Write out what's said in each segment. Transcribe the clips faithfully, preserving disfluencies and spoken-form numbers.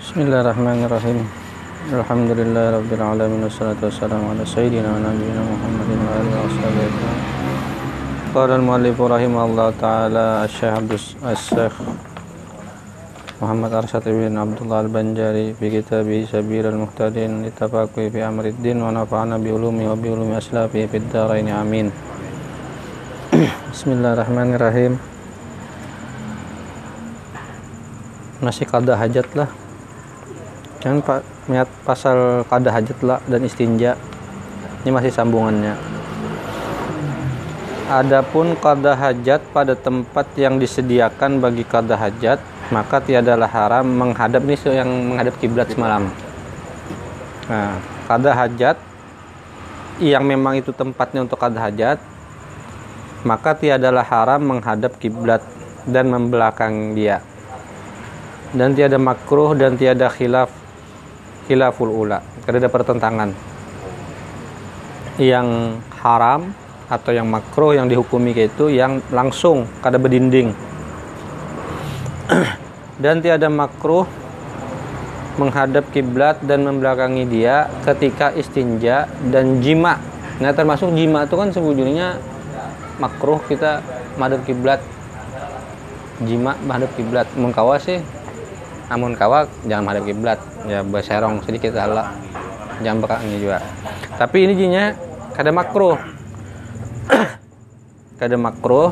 Bismillahirrahmanirrahim. Alhamdulillahirabbil alamin wassalatu wassalamu ala sayyidina wa nabiyina Muhammadin wa alihi washabihi. Qala al-muallif rahimahullah taala Asy-Syaikh Abdus Asy-Syaikh Muhammad Arsyad bin Abdullah Al-Banjari fi kitabih Sabilul Muhtadin litafaqquhi fi amriddin wa nafa'ana bi ulumi wa bi ulumi aslafi fid dharain amin. Bismillahirrahmanirrahim. Masih qada hajat lah. Jangan Pak, lihat pasal qada hajat lah dan istinja. Ini masih sambungannya. Adapun qada hajat pada tempat yang disediakan bagi qada hajat, maka tiadalah haram menghadap nih yang menghadap kiblat semalam. Nah, qada hajat yang memang itu tempatnya untuk qada hajat, maka tiadalah haram menghadap kiblat dan membelakang dia. Dan tiada makruh dan tiada khilaf khilaful ula, kada ada pertentangan. Yang haram atau yang makruh yang dihukumi itu yang langsung kada berdinding. Dan tiada makruh menghadap kiblat dan membelakangi dia ketika istinja dan jima. Nah, termasuk jima itu kan sebujurnya makruh kita menghadap kiblat. Jima menghadap kiblat. Mun kawa sih, amun kawa jangan menghadap kiblat. Ya berserong sedikit ala. Jangan belakangnya juga. Tapi ini jinya kada makruh. Kada makruh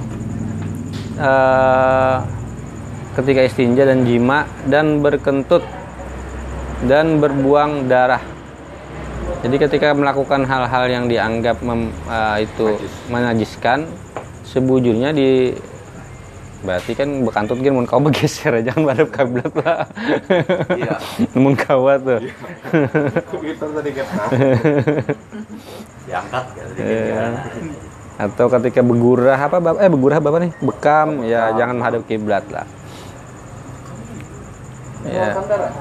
uh, ketika istinja dan jima dan berkentut dan berbuang darah. Jadi ketika melakukan hal-hal yang dianggap mem, uh, itu menajiskan, sebujurnya di berarti kan bekantut kan mun kau bergeser jangan madep kiblat lah. Iya. Mun kawa tuh. Kita tadi kata. Diangkat ya. Atau ketika begurah apa eh begurah apa nih? Bekam ya jangan menghadap kiblat lah. Ya.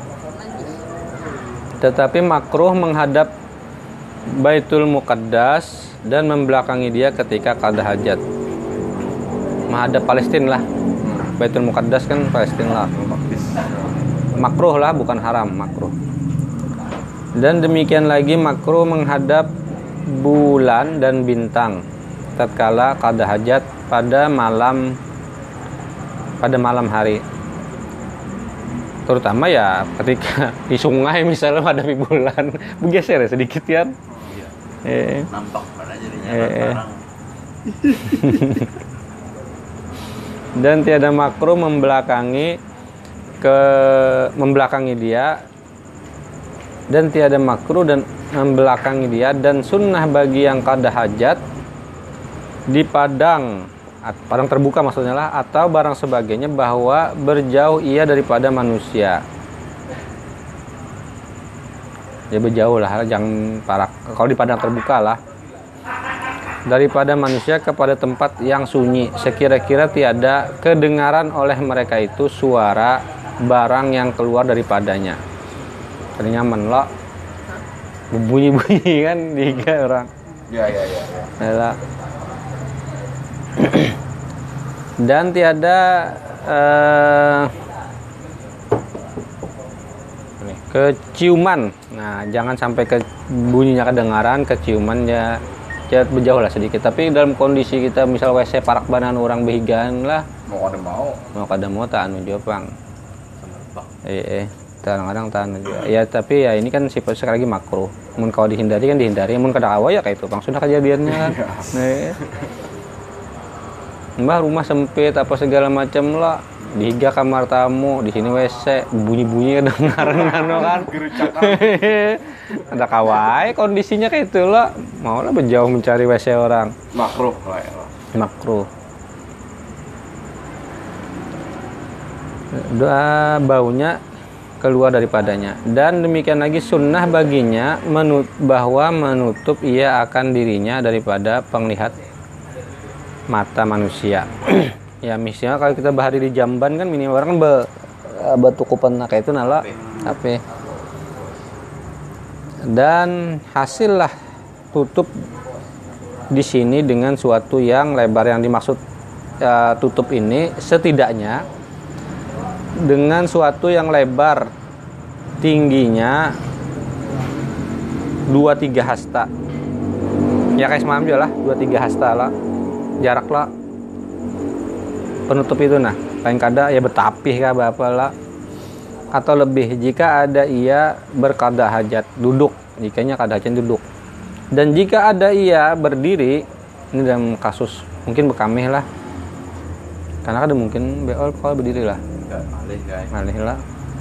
Tetapi makruh menghadap Baitul Muqaddas dan membelakangi dia ketika qada hajat. Menghadap Palestina lah. Baitul Muqaddas kan Palestina lah. Makruh lah, bukan haram, makruh. Dan demikian lagi makruh menghadap bulan dan bintang tatkala qada hajat pada malam pada malam hari. Terutama ya ketika di sungai misalnya ada bulan, bergeser ya sedikit ya. Iya. Eh. Nampak pada jadinya eh. Dan tiada makruh membelakangi ke membelakangi dia dan tiada makruh dan membelakangi dia dan sunnah bagi yang qada hajat di padang padang terbuka maksudnya lah atau barang sebagainya bahwa berjauh ia daripada manusia. Ya berjauh lah, jangan parak kalau di padang terbuka lah. Daripada manusia kepada tempat yang sunyi sekira-kira tiada kedengaran oleh mereka itu suara barang yang keluar daripadanya. Ternyata menlok bunyi-bunyi kan tiga orang. Ya ya ya. Ya. Dan tiada uh, keciuman. Nah, jangan sampai ke bunyinya kedengaran, keciuman ya. Ya berjauh lah sedikit, tapi dalam kondisi kita misal W C parak banan orang behigan lah mau kada mau mau kada mau tak anu jopang eh eh kadang-kadang tak anu juga ya, tapi ya ini kan sifat sekali lagi makruh. Mun kau dihindari kan dihindari, mun kada awa ya kayak itu bang sudah kejadiannya kan. eh mbah rumah sempit apa segala macam lah, dihiga kamar tamu, di sini W C bunyi-bunyi kedengaran anu kan. Ada kawai kondisinya kayak itu lah, mau lah berjauh mencari W C orang. Makruh lah ya. Makruh. Doa baunya keluar daripadanya. Dan demikian lagi sunnah baginya menut bahwa menutup ia akan dirinya daripada penglihat mata manusia. Ya misalnya kalau kita bahari di jamban kan minimal orang be batu kupen kayak itu nala tapi dan hasillah tutup di sini dengan suatu yang lebar. Yang dimaksud uh, tutup ini setidaknya dengan suatu yang lebar tingginya dua tiga hasta. Ya kayak semalam juga lah, dua tiga hasta lah. Jarak lah. Penutup itu nah, paling kada ya betapih kah apa lah. Atau lebih jika ada ia berkada hajat duduk, jikanya kada hajat duduk. Dan jika ada ia berdiri, ini dalam kasus mungkin bekamih lah. Karena ada mungkin beol kalau berdiri lah. Malih guys. Malih lah.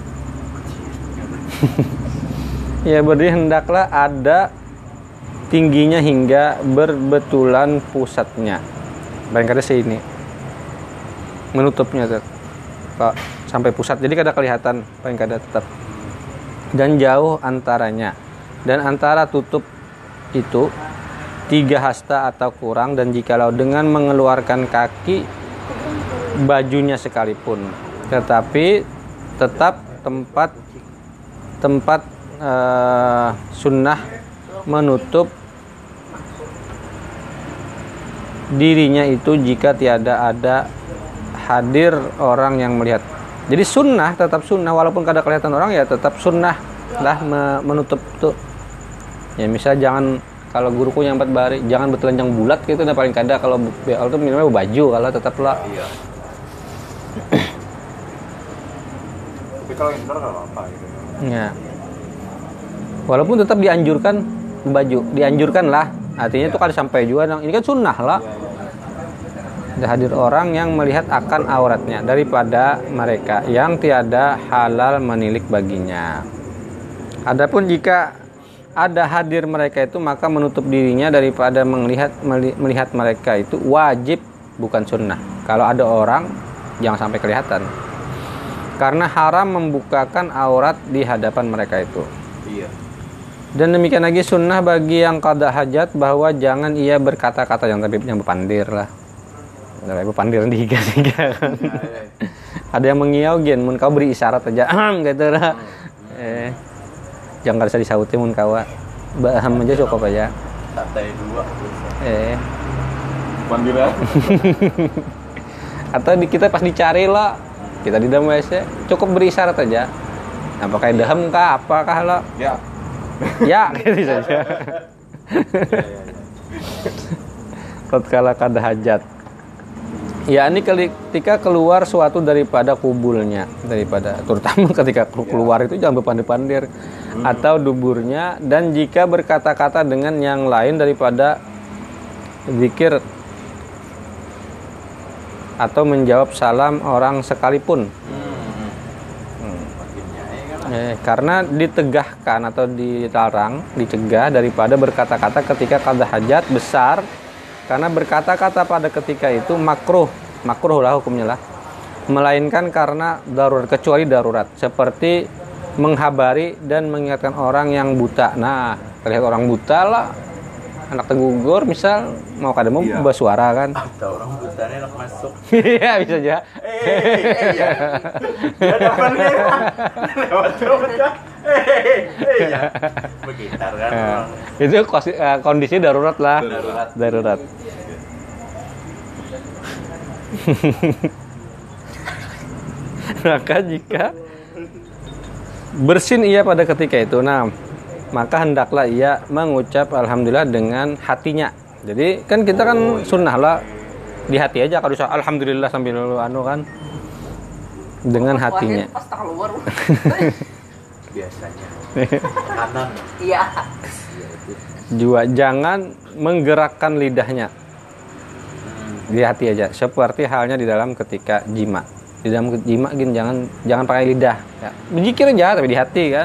Ya berdiri hendaklah ada tingginya hingga berbetulan pusatnya. Paling kada sini. Menutupnya tuh. Pak sampai pusat. Jadi kada kelihatan, paling kada tetap. Dan jauh antaranya. Dan antara tutup itu tiga hasta atau kurang, dan jikalau dengan mengeluarkan kaki bajunya sekalipun, tetapi tetap tempat tempat uh, sunnah menutup dirinya itu jika tiada ada hadir orang yang melihat. Jadi sunnah tetap sunnah walaupun kada kelihatan orang, ya tetap sunnah lah menutup tuh. Ya misal jangan, kalau guruku yang empat bari jangan bertelanjang bulat gitu, nah paling kada kalau B L tuh minimal baju, kalau tetap lah. Iya. Tapi kalau indoor enggak apa-apa gitu. Ya. Walaupun tetap dianjurkan baju, dianjurkan lah. Artinya itu kada sampai juga, ini kan sunnah lah. Iya, iya. Ada hadir orang yang melihat akan auratnya daripada mereka yang tiada halal menilik baginya. Adapun jika ada hadir mereka itu, maka menutup dirinya daripada melihat melihat mereka itu wajib, bukan sunnah. Kalau ada orang jangan sampai kelihatan, karena haram membukakan aurat di hadapan mereka itu. Iya. Dan demikian lagi sunnah bagi yang qada hajat bahwa jangan ia berkata-kata yang tapi yang berpandir lah. Ada berpandir tiga tiga kan. Ada yang mengiau gen mun kau beri isyarat aja aham gitu lah. Eh jangan bisa disauti mun kawa. Baham aja cukup aja. Santai dua. Eh Panggilan. atau di, kita pas dicari lah, kita di dalam W C cukup beri isyarat aja. Apakah dehem kah apakah lah? Ya. Ya gitu saja. Tatkala kada hajat, ya ini ketika keluar suatu daripada kubulnya, daripada terutama ketika keluar itu jangan berpandir-pandir, hmm. atau duburnya, dan jika berkata-kata dengan yang lain daripada zikir atau menjawab salam orang sekalipun. Eh, karena ditegahkan atau dilarang, dicegah daripada berkata-kata ketika qada hajat besar, karena berkata-kata pada ketika itu makruh, makruh lah hukumnya lah, melainkan karena darurat, kecuali darurat, seperti menghabari dan mengingatkan orang yang buta. Nah, terlihat orang buta lah, anak tegugur misal mau kada mau iya. bersuara kan. Ada orang butanya enak masuk. Iya bisa aja. Eh, eh, ya. Dia dapat lewat lewat. Eh, eh, ya. Bergitar kan. Nah, itu kondisi darurat lah. Darurat. Darurat. Maka jika bersin ia pada ketika itu, nah maka hendaklah ia mengucap alhamdulillah dengan hatinya. Jadi kan kita kan sunnah lah di hati aja, kalau bisa alhamdulillah sambil anu kan dengan hatinya. Pas keluar. Biasanya. Kanan. Iya. Juga jangan menggerakkan lidahnya. Di hati aja, seperti halnya di dalam ketika jima. Di dalam jima gini jangan jangan pakai lidah. Ya. Berzikir aja tapi di hati kan.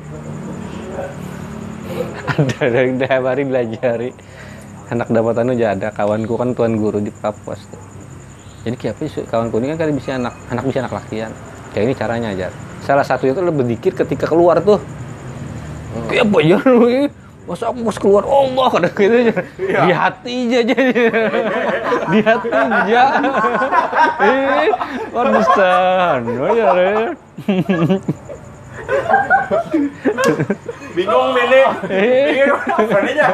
Ada dari hari belajar anak dapatan aja, ada kawanku kan tuan guru di Papua. Jadi kayak apa sih kawanku ini kan kali bisa anak anak bisa anak lakian. Kayak ini caranya aja. Salah satu itu lebih berzikir ketika keluar tuh. Hmm. Kayak apa ya? Masa aku pas keluar Allah kada gitu aja. Ya. Di hati aja aja. Di hati aja. Eh, understand. Oh ya, re. Bingung ini. Bingung apa nih?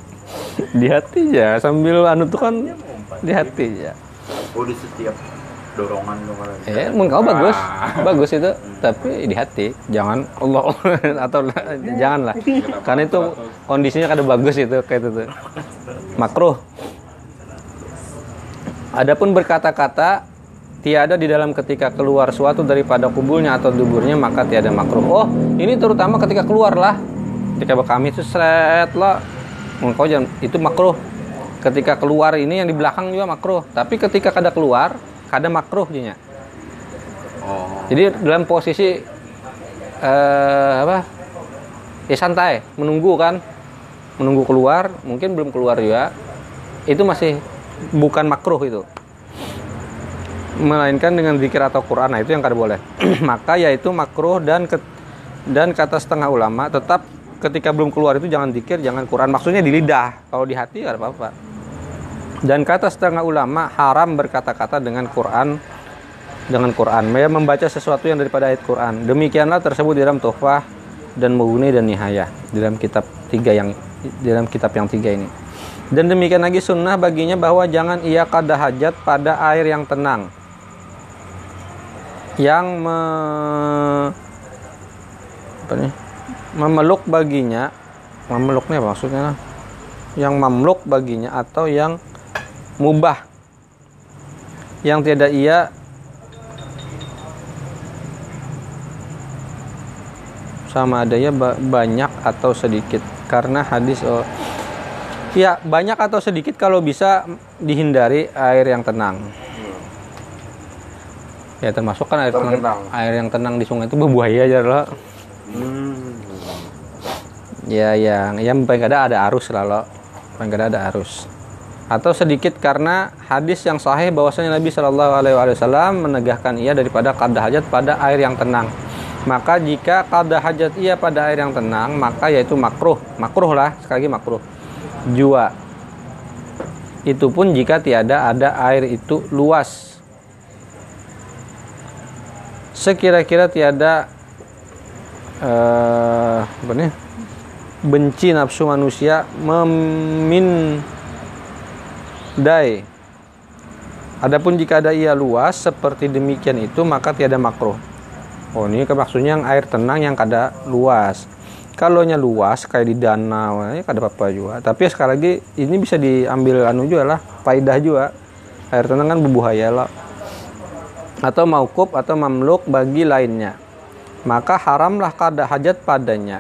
Di hati aja sambil anu tuh kan di hati aja. Oh di setiap dorongan dorongan. Eh, mun kau bagus, bagus itu, tapi di hati, jangan Allah atau janganlah, karena itu kondisinya kada bagus itu kayak itu tuh, makruh. Adapun berkata-kata tiada di dalam ketika keluar suatu daripada kubulnya atau duburnya maka tiada makruh. Oh, ini terutama ketika keluar lah, ketika bekami itu seret lah, engkau jangan itu makruh. Ketika keluar ini yang di belakang juga makruh, tapi ketika kada keluar kada makruh jadinya. Oh. Jadi dalam posisi eh, apa? Ya santai, menunggu kan, menunggu keluar, mungkin belum keluar juga, itu masih bukan makruh itu, melainkan dengan zikir atau Quran. Nah itu yang kada boleh. Maka yaitu makruh dan ke, dan kata setengah ulama tetap ketika belum keluar itu jangan zikir, jangan Quran. Maksudnya di lidah, kalau di hati kada apa-apa. Dan kata setengah ulama haram berkata-kata dengan Quran, dengan Quran, ya membaca sesuatu yang daripada ayat Quran. Demikianlah tersebut di dalam Tuhfah dan Mughni dan Nihayah, di dalam kitab tiga yang di dalam kitab yang tiga ini. Dan demikian lagi sunnah baginya bahwa jangan ia qada hajat pada air yang tenang, yang me, apa nih, memeluk baginya, memeluknya apa maksudnya? Yang mamluk baginya atau yang mubah, yang tidak ia sama adanya banyak atau sedikit, karena hadis oh, ya banyak atau sedikit kalau bisa dihindari air yang tenang. Ya termasuk kan air tenang, tenang. Air yang tenang di sungai itu berbahaya aja loh. Hmm. Ya yang yang paling kada ada arus lah loh, paling kada ada arus. Atau sedikit karena hadis yang sahih bahwasanya Nabi Shallallahu Alaihi Wasallam menegahkan ia daripada qada hajat pada air yang tenang. Maka jika qada hajat ia pada air yang tenang, maka yaitu makruh, makruh lah sekali lagi makruh. Jua. Itu pun jika tiada ada air itu luas. Sekira-kira tiada eh, apa nih? Benci nafsu manusia memin dai. Adapun jika ada ia luas seperti demikian itu maka tiada makruh. Oh ini maksudnya yang air tenang yang kada luas. Kalau nya luas kayak di danau, ya kada apa-apa juga. Tapi sekali lagi ini bisa diambil anu juga lah, faidah juga. Air tenang kan berbahaya lah. Atau mauquf atau mamluk bagi lainnya. Maka haramlah kada hajat padanya.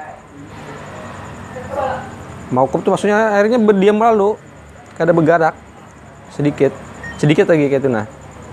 Mauquf itu maksudnya airnya berdiam lalu, kada bergerak. Sedikit sedikit lagi kayak itu nah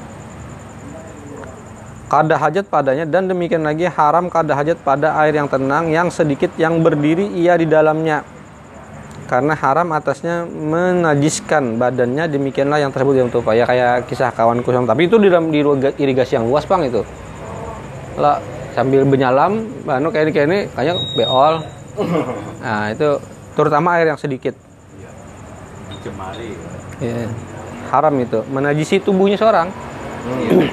kada hajat padanya. Dan demikian lagi haram kada hajat pada air yang tenang yang sedikit yang berdiri ia di dalamnya, karena haram atasnya menajiskan badannya. Demikianlah yang tersebut dalam Tuhfah, ya kayak kisah kawanku yang, tapi itu di dalam di irigasi yang luas bang itu lah, sambil benyalam banu kayak ini kayak ini kayak beol. Nah itu terutama air yang sedikit dicemari ya. Haram itu, menajisi tubuhnya seorang. Hmm.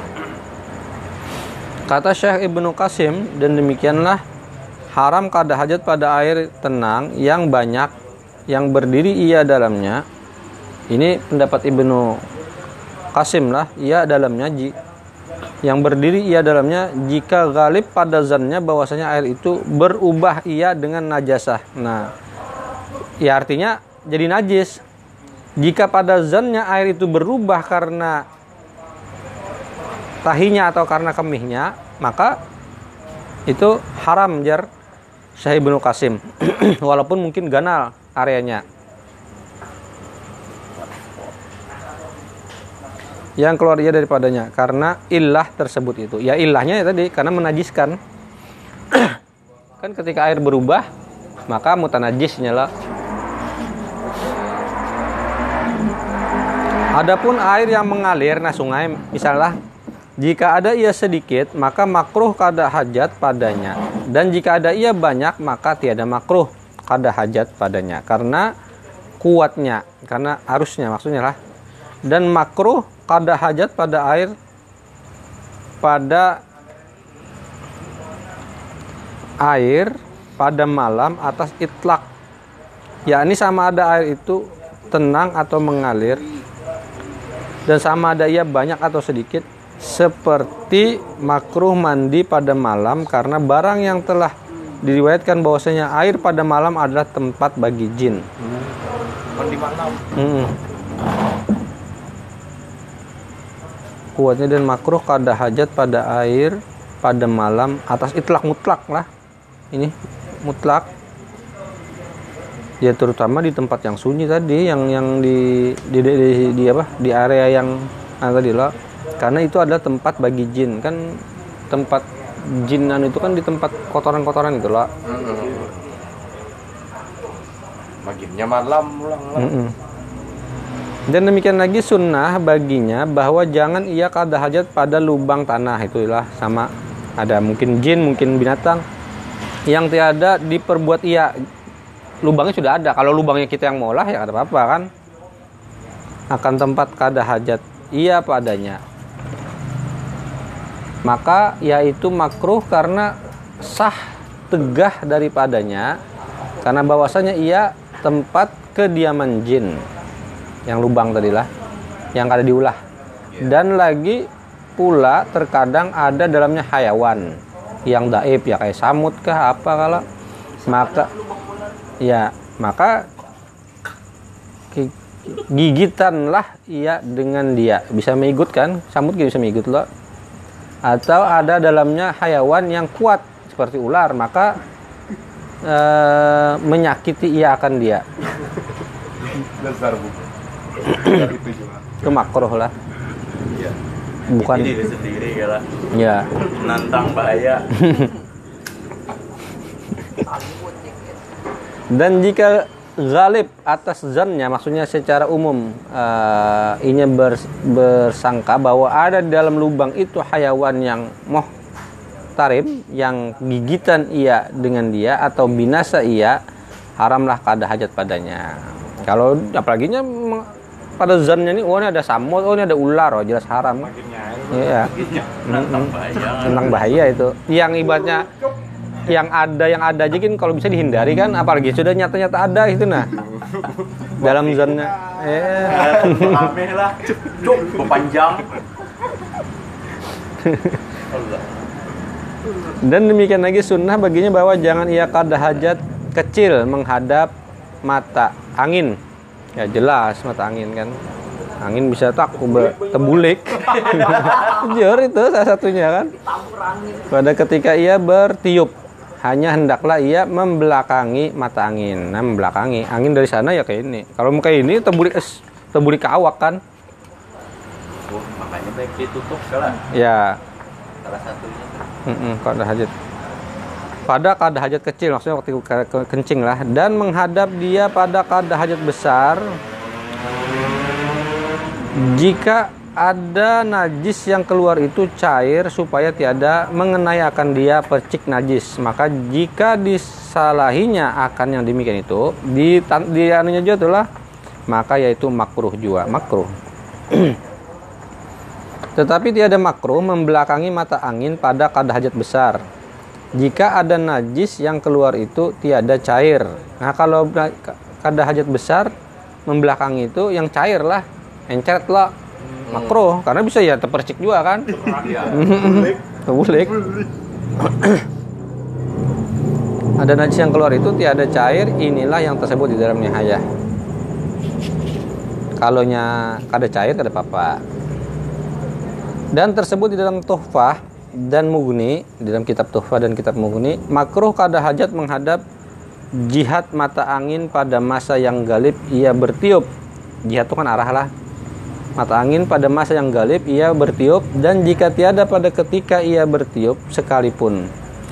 Kata Syekh Ibnu Qasim, dan demikianlah haram kada hajat pada air tenang yang banyak yang berdiri ia dalamnya. Ini pendapat Ibnu Qasim lah, ia dalamnya yang berdiri ia dalamnya jika galib pada zannya bahwasanya air itu berubah ia dengan najasah. Nah, ya artinya jadi najis. Jika pada zannya air itu berubah karena tahinya atau karena kemihnya, maka itu haram jar Syekh Ibnu Qasim. Walaupun mungkin ganal areanya. Yang keluar ia daripadanya karena illah tersebut itu. Ya illahnya ya tadi karena menajiskan. Kan ketika air berubah, maka mutanajisnya lah. Adapun air yang mengalir, nah sungai misalnya, jika ada ia sedikit maka makruh kada hajat padanya, dan jika ada ia banyak maka tiada makruh kada hajat padanya karena kuatnya, karena arusnya maksudnya lah. Dan makruh kada hajat pada air pada air pada malam atas itlak, yakni sama ada air itu tenang atau mengalir, dan sama ada ia banyak atau sedikit, seperti makruh mandi pada malam karena barang yang telah diriwayatkan bahwasanya air pada malam adalah tempat bagi jin. Mandi malam. Hmm. Kuatnya dan makruh kada hajat pada air pada malam atas itlak mutlak lah. Ini mutlak. Ya terutama di tempat yang sunyi tadi, yang yang di di di, di, di apa? Di area yang ah, tadi lah. Karena itu adalah tempat bagi jin. Kan tempat jinan itu kan di tempat kotoran-kotoran itu lah. Maginnya malam ulang lah. Mm-mm. Dan demikian lagi sunnah baginya bahwa jangan ia kada hajat pada lubang tanah, itulah sama ada mungkin jin, mungkin binatang yang tiada diperbuat ia. Lubangnya sudah ada. Kalau lubangnya kita yang molah ya kada apa-apa kan. Akan tempat kada hajat ia padanya. Maka yaitu makruh karena sah tegah daripadanya karena bahwasanya ia tempat kediaman jin. Yang lubang tadilah yang kada diulah. Dan lagi pula terkadang ada dalamnya hayawan yang daib ya kayak samut kah apa kala. Maka ya, maka gigitanlah ia dengan dia. Bisa mengigut kan? Samut bisa mengigut loh. Atau ada dalamnya hayawan yang kuat seperti ular, maka e, menyakiti ia akan dia. Dasar bu. Itu juga. Itu makruh lah. Iya. Bukan diri sendiri lah. ya. Menantang bahaya. Dan jika ghalib atas zannya, maksudnya secara umum uh, ini bers, bersangka bahwa ada di dalam lubang itu hayawan yang muhtarim, yang gigitan ia dengan dia atau binasa ia, haramlah kada hajat padanya. Kalau apalaginya pada zannya ini, oh ini ada samut, oh ini ada ular, oh jelas haram. Iya. Menantang bahaya. Tentang bahaya itu. Yang ibaratnya yang ada yang ada aja kan kalau bisa dihindari kan, apalagi sudah nyata-nyata ada itu nah. Dalam zannya. Eh. Rame lah. Cuk, panjang. Dan demikian lagi sunnah baginya bahwa jangan ia kada hajat kecil menghadap mata angin. Ya jelas mata angin kan. Angin bisa tak tebulik. Jujur itu salah satunya kan. Pada ketika ia bertiup, hanya hendaklah ia membelakangi mata angin. Nah, membelakangi angin dari sana ya kayak ini. Kalau kayak ini tebulik es, tebulik ke awak kan. Oh, makanya baik ditutup salah. Ya. Salah satunya. Heeh, kada hajat. Pada kada hajat kecil, maksudnya waktu kencing lah, dan menghadap dia pada kada hajat besar jika ada najis yang keluar itu cair supaya tiada mengenai akan dia percik najis, maka jika disalahinya akan yang demikian itu di di anunya juga itulah, maka yaitu makruh juga, makruh. Tetapi tiada makruh membelakangi mata angin pada kada hajat besar jika ada najis yang keluar itu tiada cair. Nah kalau kada hajat besar membelakangi itu yang cair lah, encret lah, makruh karena bisa ya terpercik juga kan. Tebulik. Ada najis yang keluar itu tiada cair, inilah yang tersebut di dalam nihayah. Kalonya kada cair kada apa-apa. Dan tersebut di dalam Tuhfah dan Mughni, di dalam kitab Tuhfah dan kitab Mughni, makruh kada hajat menghadap jihad mata angin pada masa yang galib ia bertiup. Jihad itu kan arah lah. Mata angin pada masa yang galib ia bertiup, dan jika tiada pada ketika ia bertiup sekalipun.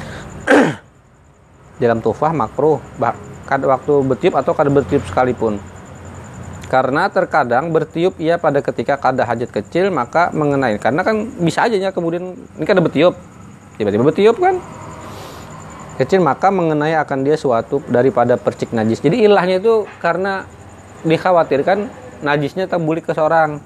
Dalam Tuhfah makruh kada waktu bertiup atau kada bertiup sekalipun. Karena terkadang bertiup ia pada ketika kada hajat kecil maka mengenai. Karena kan bisa aja ya kemudian ini kada bertiup, tiba-tiba bertiup kan kecil, maka mengenai akan dia suatu daripada percik najis. Jadi ilahnya itu karena dikhawatirkan najisnya terbulik ke seorang.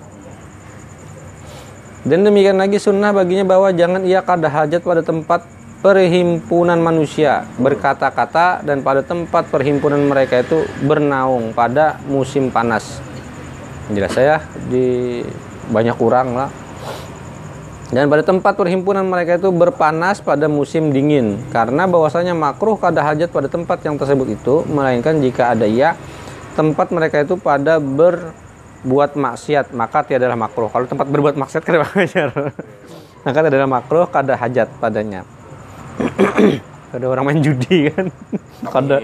Dan demikian lagi sunnah baginya bahwa jangan ia kada hajat pada tempat perhimpunan manusia berkata-kata dan pada tempat perhimpunan mereka itu bernaung pada musim panas. Jelas saya di banyak kurang lah. Dan pada tempat perhimpunan mereka itu berpanas pada musim dingin, karena bahwasanya makruh kada hajat pada tempat yang tersebut itu, melainkan jika ada ia tempat mereka itu pada berbuat maksiat, maka tiadalah makruh. Kalau tempat berbuat maksiat kan wajar. Maka tiadalah makruh kada hajat padanya. Ada orang main judi kan. Kada.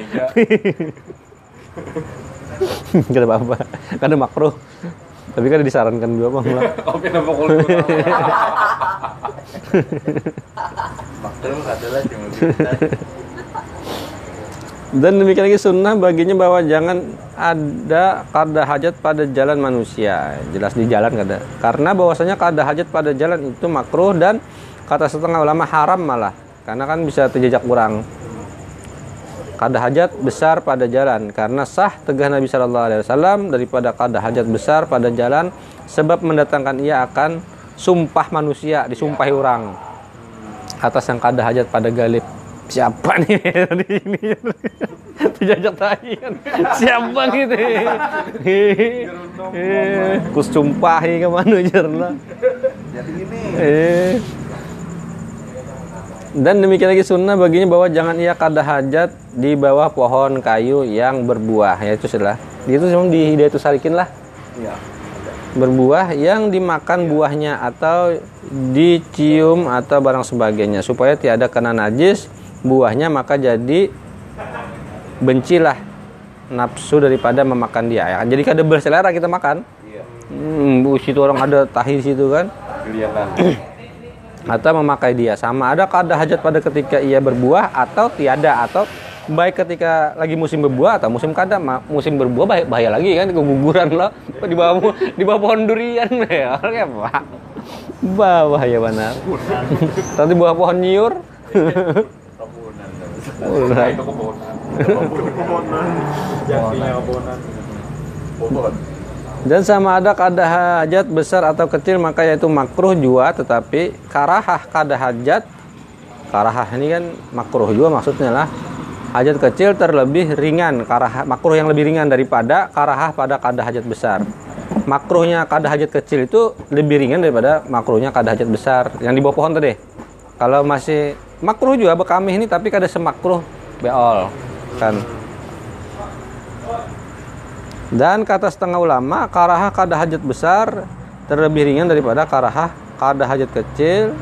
Kada apa-apa. Kada makruh. Tapi kan disarankan juga Bang lah. Kopi nama kultur. Makruh adalah cuma Dan demikian lagi sunnah baginya bahwa jangan ada kada hajat pada jalan manusia. Jelas di jalan kada. Karena bahwasanya kada hajat pada jalan itu makruh, dan kata setengah ulama haram malah. Karena kan bisa terjejak kurang. Kada hajat besar pada jalan, karena sah tegah Nabi Shallallahu Alaihi Wasallam daripada kada hajat besar pada jalan, sebab mendatangkan ia akan sumpah manusia, disumpahi orang atas yang kada hajat pada galib. Siapa nih tadi ini? Terjajak tadi kan. Siapa gitu? Kus sumpahi ke mana jerna? Jadi ini. Eh. Dan demikian lagi sunnah baginya bahwa jangan ia kada hajat di bawah pohon kayu yang berbuah, yaitu setelah itu memang di Hidayatus Salikin lah. Iya. Berbuah yang dimakan buahnya atau dicium atau barang sebagainya, supaya tiada kena najis buahnya, maka jadi bencilah nafsu daripada memakan dia. Ya, jadi kada berselera kita makan. Iya. Hmm, bu situ orang ada tahi situ kan. Kelihatan. Atau memakai dia, sama ada kada hajat pada ketika ia berbuah atau tiada, atau baik ketika lagi musim berbuah atau musim kada. Musim berbuah bahaya, bahaya lagi kan, keguguran lah di bawah di bawah pohon durian ya kayak apa bahaya benar. Tadi buah pohon nyiur Nah, itu kebonan. Kebonan. Jadinya kebonan. Pohon. Dan sama ada kada hajat besar atau kecil, maka yaitu makruh jua, tetapi karahah kada hajat. Karahah ini kan makruh juga maksudnya lah. Hajat kecil terlebih ringan, karahah makruh yang lebih ringan daripada karahah pada kada hajat besar. Makruhnya kada hajat kecil itu lebih ringan daripada makruhnya kada hajat besar yang di bawah pohon tadi. Kalau masih makruh juga bekamih ini, tapi kada semakruh beol kan. Dan kata setengah ulama, karahah kada hajat besar terlebih ringan daripada karahah kada hajat kecil.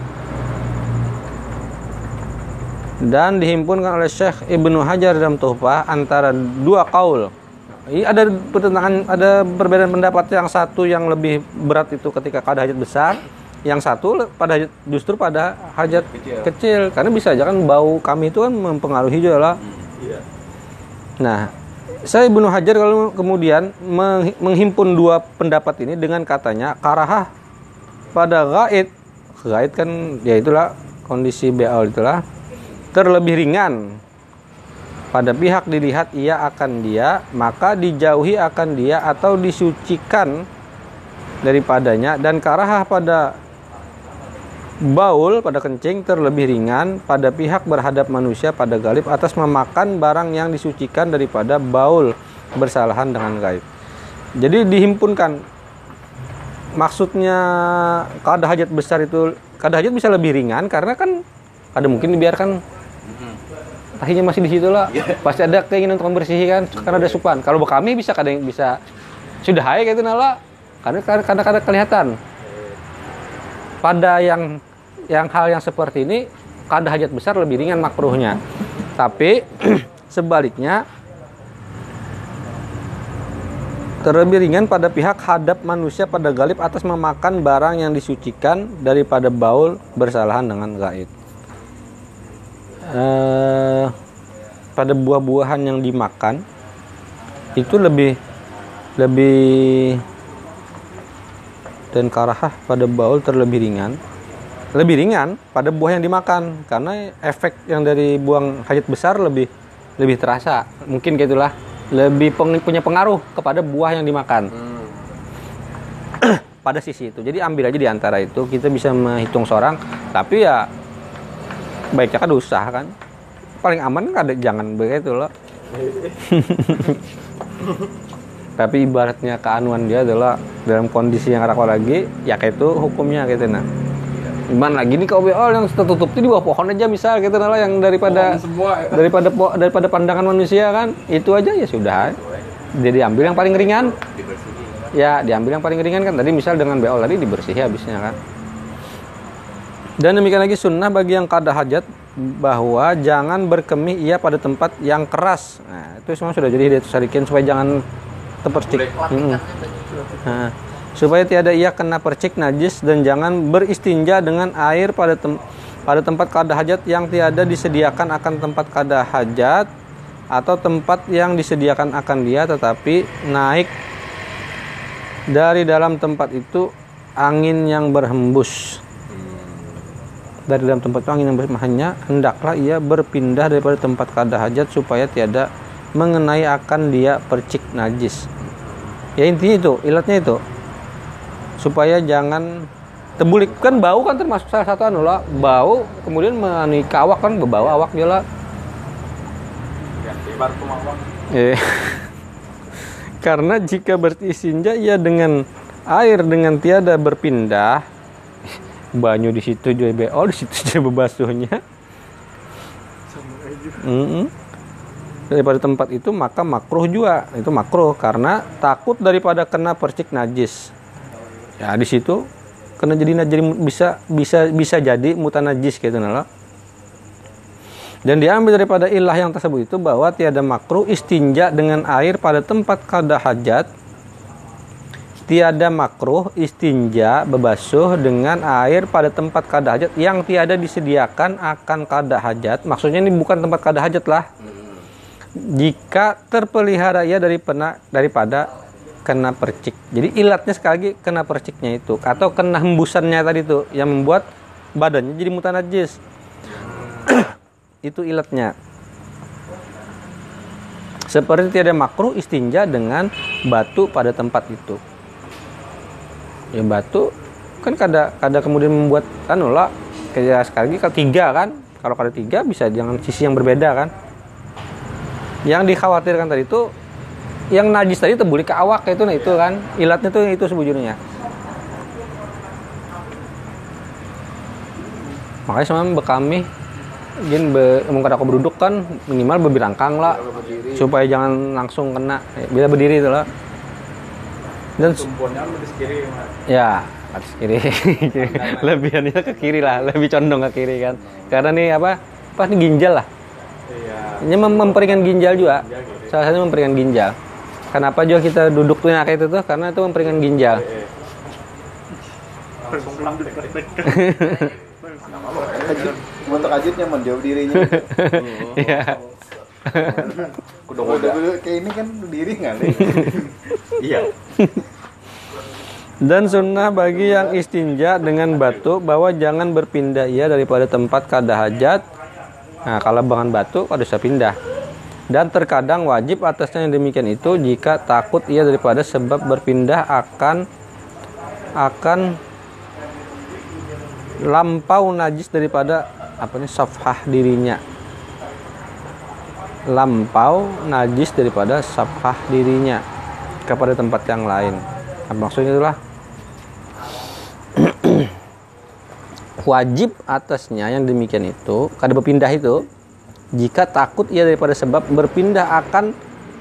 Dan dihimpunkan oleh Syekh Ibnu Hajar dalam Tuhfah antara dua kaul. Ini ada pertentangan, ada perbedaan pendapat. Yang satu yang lebih berat itu ketika kada hajat besar, yang satu pada hajat, justru pada hajat kecil. kecil. Karena bisa aja kan bau kami itu kan mempengaruhi juga lah. Iya. Nah, saya Ibnu Hajar kalau kemudian menghimpun dua pendapat ini dengan katanya karahah pada gaid. Gaid kan ya itulah kondisi beol itulah terlebih ringan pada pihak dilihat ia akan dia, maka dijauhi akan dia atau disucikan daripadanya. Dan karahah pada baul pada kencing terlebih ringan pada pihak berhadap manusia pada galib atas memakan barang yang disucikan daripada baul bersalahan dengan gaib. Jadi dihimpunkan, maksudnya kada hajat besar itu, kada hajat bisa lebih ringan karena kan kada mungkin dibiarkan tahinya masih di situ lah. Pasti ada keinginan untuk membersihkan karena ada supan. Kalau kami bisa kadang bisa sudah hai kayak itu nala karena kadang-kadang kelihatan. Pada yang yang hal yang seperti ini kada hajat besar lebih ringan makruhnya. Tapi sebaliknya terlebih ringan pada pihak hadap manusia pada galib atas memakan barang yang disucikan daripada baul bersalahan dengan gaib. Eh, pada buah-buahan yang dimakan itu lebih lebih dan karahah pada baul terlebih ringan. Lebih ringan pada buah yang dimakan karena efek yang dari buang hajat besar lebih lebih terasa. Mungkin gitulah, lebih peng, punya pengaruh kepada buah yang dimakan. Hmm. Pada sisi itu. Jadi ambil aja di antara itu, kita bisa menghitung seorang, tapi ya baiknya kan usah kan. Paling aman kan ada jangan begitu loh. Tapi ibaratnya keanuan dia adalah dalam kondisi yang rakwah lagi, ya kayak itu hukumnya gitu nah. Gimana lagi nih kalau B O L yang tertutup itu di bawah pohon aja misal gitu lah yang daripada semua, ya. daripada po- daripada pandangan manusia kan itu aja ya sudah. Jadi diambil yang paling ringan. Ya diambil yang paling ringan kan tadi misal dengan B O L tadi dibersihi habisnya kan. Dan demikian lagi sunnah bagi yang qada hajat bahwa jangan berkemih ia pada tempat yang keras. Nah itu semua sudah jadi itu sarikin supaya jangan terpercik. Hmm. Nah, supaya tiada ia kena percik najis dan jangan beristinja dengan air pada tem- pada tempat qada hajat yang tiada disediakan akan tempat qada hajat atau tempat yang disediakan akan dia tetapi naik dari dalam tempat itu angin yang berhembus. Dari dalam tempat itu angin yang berhembus hanya hendaklah ia berpindah daripada tempat qada hajat supaya tiada mengenai akan dia percik najis. Ya intinya itu, ilatnya itu. Supaya jangan tebulik kan bau kan termasuk salah satu anu lah bau kemudian menikah awak kan berbau awak dia lah eh. Karena jika beristinja ia dengan air dengan tiada berpindah banyu di situ juga B O L di situ juga bebasuhnya mm-hmm. daripada tempat itu maka makruh juga itu makruh karena takut daripada kena percik najis. Ya di situ kena jadi jadi bisa bisa bisa jadi mutanajis gitu nala. Dan diambil daripada ilah yang tersebut itu bahwa tiada makruh istinja dengan air pada tempat qada hajat. Tiada makruh istinja bebasuh dengan air pada tempat qada hajat yang tiada disediakan akan qada hajat. Maksudnya ini bukan tempat qada hajat lah. Jika terpelihara ia dari pena, daripada kena percik. Jadi ilatnya sekali lagi kena perciknya itu atau kena hembusannya tadi itu yang membuat badannya jadi mutanajis. Itu ilatnya. Seperti tiada makruh istinja dengan batu pada tempat itu. Ya batu kan kada kada kemudian membuat anu lah kayak sekali lagi kalau tiga kan. Kalau kada tiga bisa dengan sisi yang berbeda kan. Yang dikhawatirkan tadi itu yang najis tadi terbuli ke awak itu nah itu kan ilatnya tuh itu sebujurnya. Makanya sama bekami gin be emang kada aku berduduk kan minimal berbirangkang lah supaya jangan langsung kena bila berdiri itu lah. Dan tumpuannya lebih kiri ya atas kiri lebihannya ke kiri lah lebih condong ke kiri kan karena nih apa pasti ginjal lah. Iya. Ini mem- memperingan ginjal juga. Salah satunya memperingan ginjal. Kenapa juga kita duduk tuh kayak itu tuh? Karena itu memperingan ginjal. Untuk ajitnya menjauh dirinya. Iya. Kudu dulu kayak ini kan diri nggak nih? Iya. Dan sunnah bagi yang istinja dengan batu bahwa jangan berpindah ia daripada tempat qada hajat. Nah, kalau dengan batu kada bisa pindah. Dan terkadang wajib atasnya yang demikian itu jika takut ia daripada sebab berpindah akan akan lampau najis daripada apa nih safhah dirinya. Lampau najis daripada safhah dirinya kepada tempat yang lain. Apa maksudnya itulah wajib atasnya yang demikian itu kada berpindah itu jika takut ia daripada sebab berpindah akan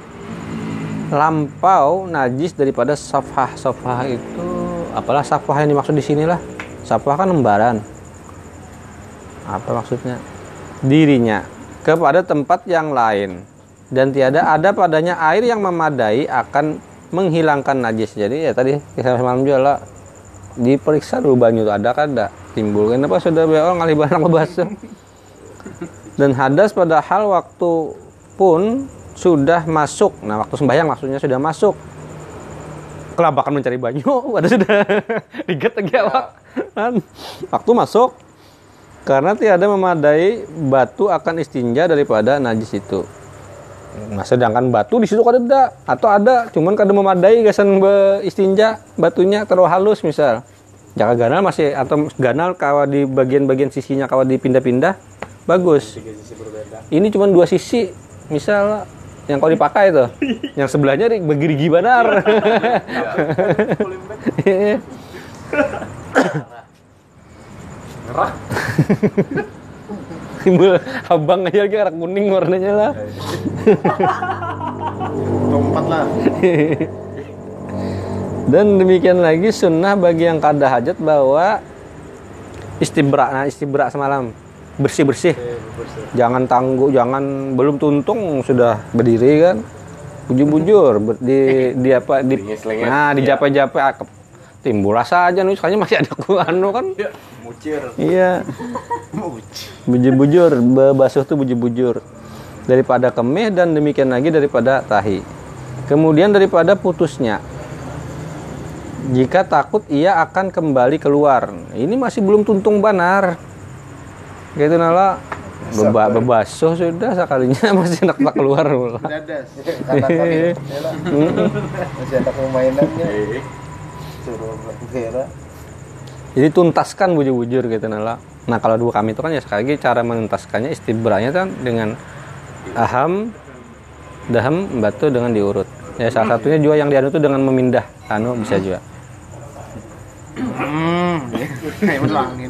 lampau najis daripada safhah. Safhah itu apalah safhah yang dimaksud di sinilah. Safhah kan lembaran. Apa maksudnya? Dirinya kepada tempat yang lain dan tiada ada padanya air yang memadai akan menghilangkan najis. Jadi ya tadi kisah semalam juga lah diperiksa dulu banyu itu ada kada timbul kenapa sudah B O L ngalih barang bebasuh. Dan hadas pada hal waktu pun sudah masuk. Nah waktu sembahyang maksudnya sudah masuk. Kelabakan mencari banyu, ada sudah riget lagi awak. Waktu masuk karena tiada memadai batu akan istinja daripada najis itu. Nah sedangkan batu di situ kada ada atau ada, cuman kada memadai gasan be istinja batunya terlalu halus misal. Jaka ganal masih atau ganal kawa di bagian-bagian sisinya kawa dipindah-pindah. Bagus. Ini cuma dua sisi, misal yang kalau dipakai itu, yang sebelahnya begini benar. merah. Timbul abang aja lagi arah kuning warnanya lah. Keempat lah. Dan demikian lagi sunnah bagi yang kada hajat bahwa istibra, nah istibra semalam bersih-bersih. Jangan tangguh, jangan belum tuntung sudah berdiri kan. Bujur-bujur ber- di di apa di Selengit-selengit. nah di jape-jape akep. Timbul rasa aja nih, soalnya masih ada anu kan. Iya, mucir. Iya. Muci. Bujur-bujur, basuh tuh bujur-bujur. Daripada kemih dan demikian lagi daripada tahi. Kemudian daripada putusnya. Jika takut ia akan kembali keluar. Ini masih belum tuntung banar. Gitu nala. Beba, bebasuh sudah sekalinya masih enak tak keluar. Dadas. Kata-kata. Masih ada permainannya. Eh, Suruh Vera. Jadi tuntaskan bujur-bujur gitu nala. Nah kalau dua kami itu kan ya sekali lagi cara menuntaskannya istibranya kan dengan aham, daham, batu dengan diurut. Ya salah satunya juga yang dianu itu dengan memindah anu bisa juga. Hmm. Kayak melangin.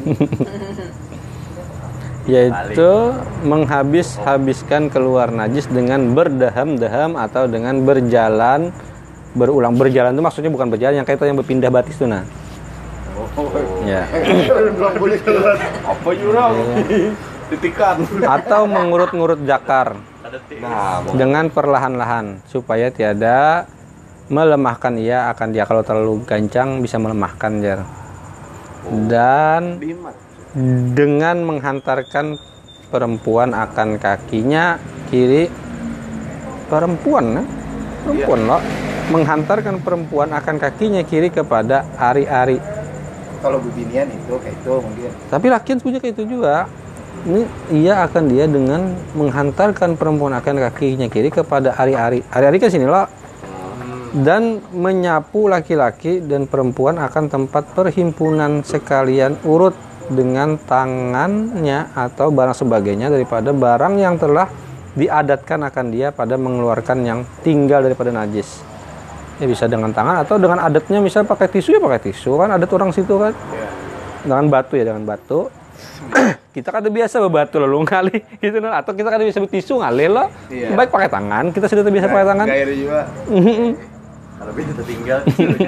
Yaitu menghabis-habiskan keluar najis dengan berdaham-daham atau dengan berjalan berulang. Berjalan itu maksudnya bukan berjalan yang kayak itu yang berpindah batis tuh nah. Ya. Belum boleh keluar. apa jurang? Titikan. Atau mengurut-ngurut jakar Nah, dengan perlahan-lahan supaya tiada melemahkan ia akan dia kalau terlalu gancang bisa melemahkan jar. Dan dengan menghantarkan perempuan akan kakinya kiri perempuan nah? perempuan loh menghantarkan perempuan akan kakinya kiri kepada ari-ari. Kalau bebinian itu kayak itu mungkin. Tapi laki punya kayak itu juga. Ini ia akan dia dengan menghantarkan perempuan akan kakinya kiri kepada ari-ari. Ari-ari kan sini loh. Dan menyapu laki-laki dan perempuan akan tempat perhimpunan sekalian urut dengan tangannya atau barang sebagainya daripada barang yang telah diadatkan akan dia pada mengeluarkan yang tinggal daripada najis. Ya bisa dengan tangan atau dengan adatnya misalnya pakai tisu ya pakai tisu kan adat orang situ kan. Dengan batu ya dengan batu. Kita kan udah biasa berbatu lalu ngali gitu nah. Atau kita kan udah biasa tisu ngali loh. Iya. Baik pakai tangan, kita sudah terbiasa pakai tangan. Gair juga. kalau bisa tertinggal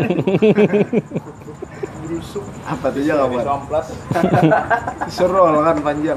Brusuk. Apa tuh ya kawan? amplas. Serol kan panjang.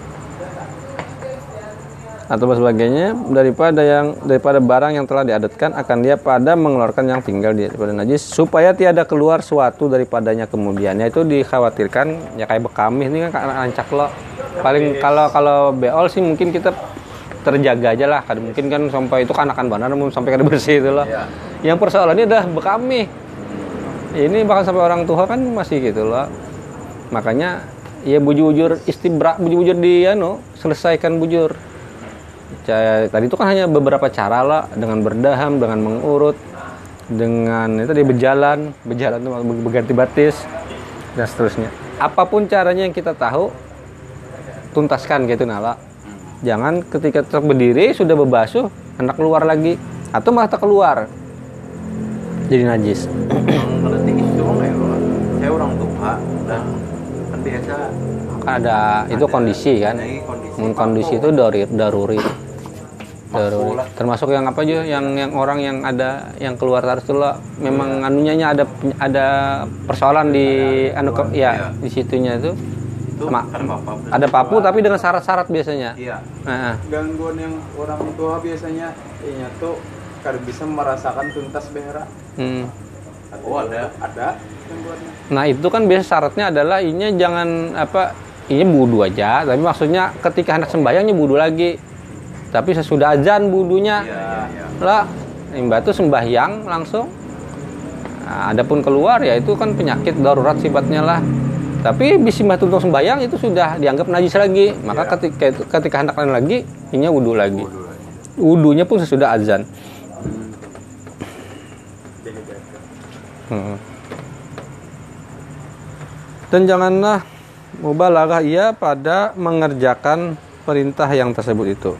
Atau sebagainya daripada yang daripada barang yang telah diadatkan akan dia pada mengeluarkan yang tinggal di daripada najis supaya tiada keluar suatu daripadanya kemudian. Yaitu dikhawatirkan ya kayak bekamih ini kan rancak lo. Paling kalau kalau beol sih mungkin kita terjaga aja lah. Kadang mungkin kan sampai itu kan akan benar namun sampai kada bersih itu loh. Iya. Yang persoalannya adalah bekamih. Ini bahkan sampai orang tua kan masih gitu loh. Makanya ya bujur-bujur istibra bujur-bujur di anu selesaikan bujur. Caya, tadi itu kan hanya beberapa cara lah dengan berdaham, dengan mengurut, dengan itu dia berjalan, berjalan itu berganti batis dan seterusnya. Apapun caranya yang kita tahu, tuntaskan gitu nala. Jangan ketika tetap berdiri sudah berbasuh, hendak keluar lagi atau malah tak keluar jadi najis. Yang penting itu mah ya Bro. Saya orang tua dan kan biasa Kan ada itu kondisi kan. ada kondisi, Mun kondisi itu daruri, daruri. Daruri. Termasuk yang apa aja yang yang orang yang ada yang keluar harus tuh lah memang anunya nya ada ada persoalan di anu ke- ya di situnya itu. itu Ma- kan bapak Ada papu tapi dengan syarat-syarat biasanya. iya Nah, Gangguan yang orang tua biasanya inya tuh kada bisa merasakan tuntas behera. hmm. oh ada Ada gangguannya. Nah itu kan biasa syaratnya adalah ini jangan apa ini wudu aja tapi maksudnya ketika hendak sembahyangnya wudu lagi tapi sesudah azan wudunya iya iya lah imba itu sembahyang langsung. Nah, adapun keluar ya itu kan penyakit darurat sifatnya lah. Tapi bisi mbah tuntung sembahyang itu sudah dianggap najis lagi. Maka ketika itu, ketika hendak lagi ini wudu lagi. Wudunya pun sesudah azan. Hmm. Dan janganlah mubalaghah ia pada mengerjakan perintah yang tersebut itu.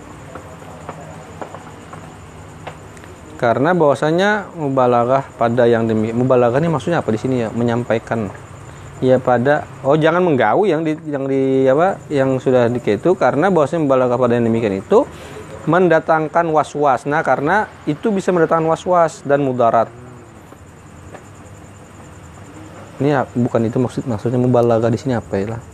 Karena bahwasanya mubalaghah pada yang demi mubalaghah ini maksudnya apa di sini ya? Menyampaikan ya pada oh jangan menggaul yang di yang di apa yang sudah diketu karena bahwasanya mubalaghah pada yang demikian itu mendatangkan was-was. Nah, karena itu bisa mendatangkan was-was dan mudarat. Ini ya, bukan itu maksud maksudnya mubalaghah di sini apa ya lah?